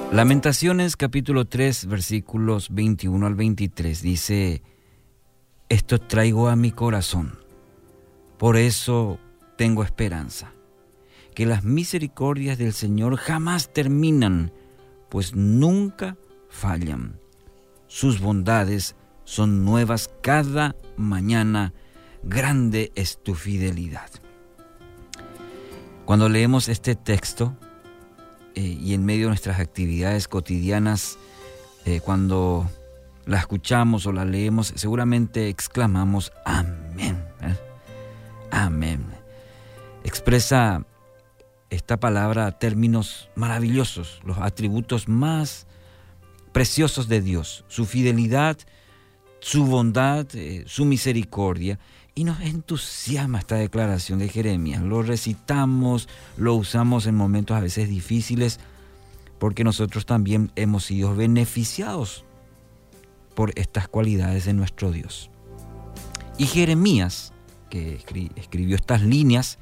Lamentaciones capítulo 3 versículos 21 al 23 dice: esto traigo a mi corazón, por eso tengo esperanza, que las misericordias del Señor jamás terminan, pues nunca fallan. Sus bondades son nuevas cada mañana, grande es tu fidelidad. Cuando leemos este texto, y en medio de nuestras actividades cotidianas, cuando la escuchamos o la leemos, seguramente exclamamos amén. Amén. Expresa esta palabra términos maravillosos, los atributos más preciosos de Dios, su fidelidad, su bondad, su misericordia. Y nos entusiasma esta declaración de Jeremías. Lo recitamos, lo usamos en momentos a veces difíciles, porque nosotros también hemos sido beneficiados por estas cualidades de nuestro Dios. Y Jeremías, que escribió estas líneas,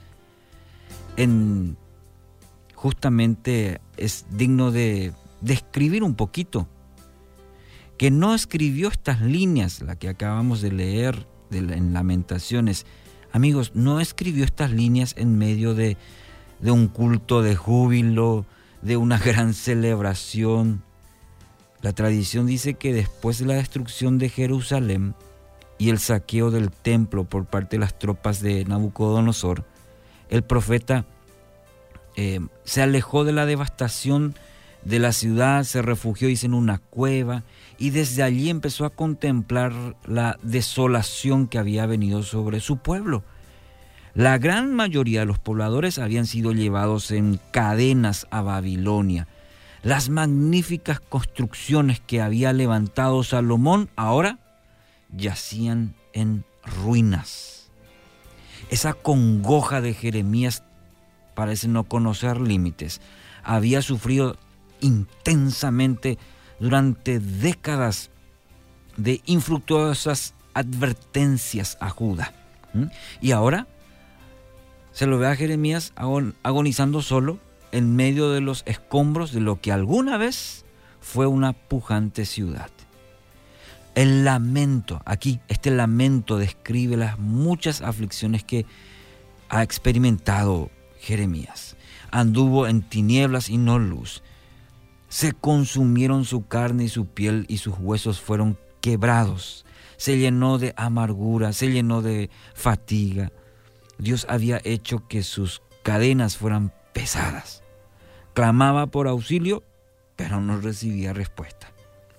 justamente es digno de describir un poquito, que no escribió estas líneas, la que acabamos de leer, en Lamentaciones. Amigos, no escribió estas líneas en medio de un culto de júbilo, de una gran celebración. La tradición dice que después de la destrucción de Jerusalén y el saqueo del templo por parte de las tropas de Nabucodonosor, el profeta se alejó de la devastación de la ciudad, se refugió en una cueva, y desde allí empezó a contemplar la desolación que había venido sobre su pueblo. La gran mayoría de los pobladores habían sido llevados en cadenas a Babilonia. Las magníficas construcciones que había levantado Salomón ahora yacían en ruinas. Esa congoja de Jeremías parece no conocer límites. Había sufrido intensamente durante décadas de infructuosas advertencias a Judá. Y ahora se lo ve a Jeremías agonizando solo en medio de los escombros de lo que alguna vez fue una pujante ciudad. El lamento, aquí este lamento describe las muchas aflicciones que ha experimentado Jeremías. Anduvo en tinieblas y no luz. Se consumieron su carne y su piel, y sus huesos fueron quebrados. Se llenó de amargura, se llenó de fatiga. Dios había hecho que sus cadenas fueran pesadas. Clamaba por auxilio, pero no recibía respuesta.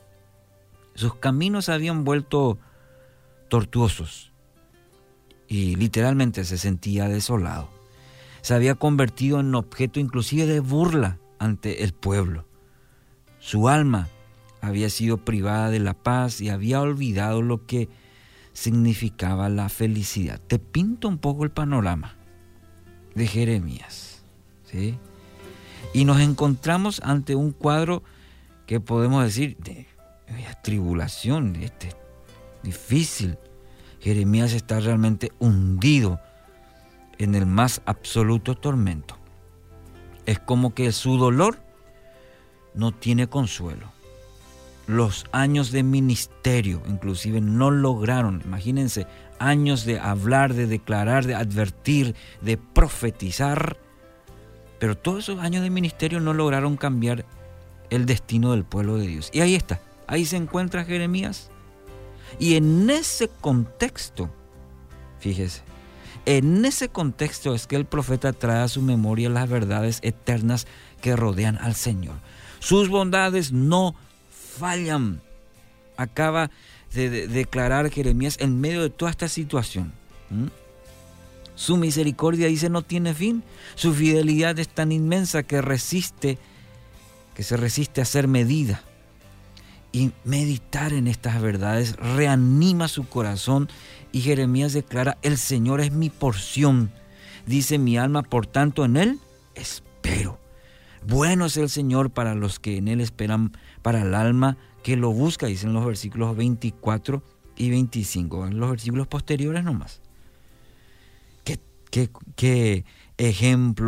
Sus caminos habían vuelto tortuosos y literalmente se sentía desolado. Se había convertido en objeto inclusive de burla ante el pueblo. Su alma había sido privada de la paz y había olvidado lo que significaba la felicidad. Te pinto un poco el panorama de Jeremías, ¿sí? Y nos encontramos ante un cuadro que podemos decir de tribulación, difícil. Jeremías está realmente hundido en el más absoluto tormento. Es como que su dolor no tiene consuelo. Los años de ministerio inclusive no lograron, imagínense, años de hablar, de declarar, de advertir, de profetizar, pero todos esos años de ministerio no lograron cambiar el destino del pueblo de Dios. Y ahí está, ahí se encuentra Jeremías. Y en ese contexto, fíjese, en ese contexto es que el profeta trae a su memoria las verdades eternas que rodean al Señor. Sus bondades no fallan. Acaba de declarar Jeremías en medio de toda esta situación. Su misericordia, dice, no tiene fin. Su fidelidad es tan inmensa que se resiste a ser medida. Y meditar en estas verdades reanima su corazón. Y Jeremías declara: el Señor es mi porción. Dice mi alma, por tanto en Él espero. Bueno es el Señor para los que en Él esperan, para el alma que lo busca, dicen los versículos 24 y 25. En los versículos posteriores nomás. Qué ejemplo,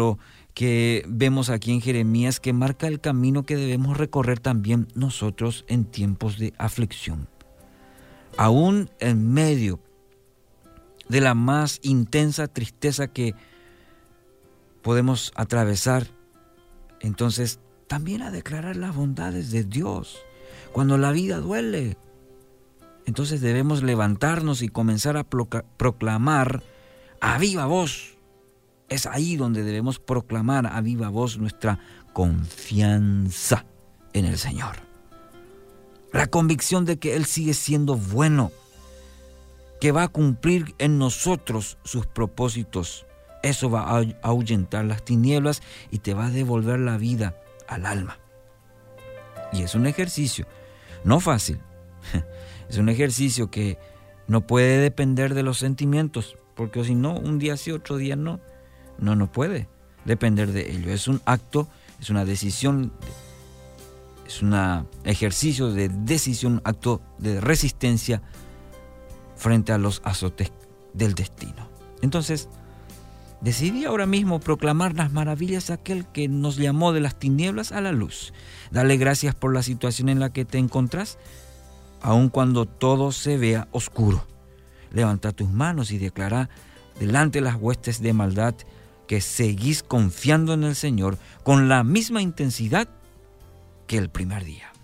que vemos aquí en Jeremías, que marca el camino que debemos recorrer también nosotros en tiempos de aflicción. Aún en medio de la más intensa tristeza que podemos atravesar, entonces también a declarar las bondades de Dios. Cuando la vida duele, entonces debemos levantarnos y comenzar a proclamar a viva voz. Es ahí donde debemos proclamar a viva voz nuestra confianza en el Señor. La convicción de que Él sigue siendo bueno, que va a cumplir en nosotros sus propósitos. Eso va a ahuyentar las tinieblas y te va a devolver la vida al alma. Y es un ejercicio no fácil. Es un ejercicio que no puede depender de los sentimientos, porque si no, un día sí, otro día no. No puede depender de ello. Es un acto, es una decisión, es un ejercicio de decisión, acto de resistencia frente a los azotes del destino. Entonces, decidí ahora mismo proclamar las maravillas de aquel que nos llamó de las tinieblas a la luz. Dale gracias por la situación en la que te encontrás, aun cuando todo se vea oscuro. Levanta tus manos y declara delante de las huestes de maldad que seguís confiando en el Señor con la misma intensidad que el primer día.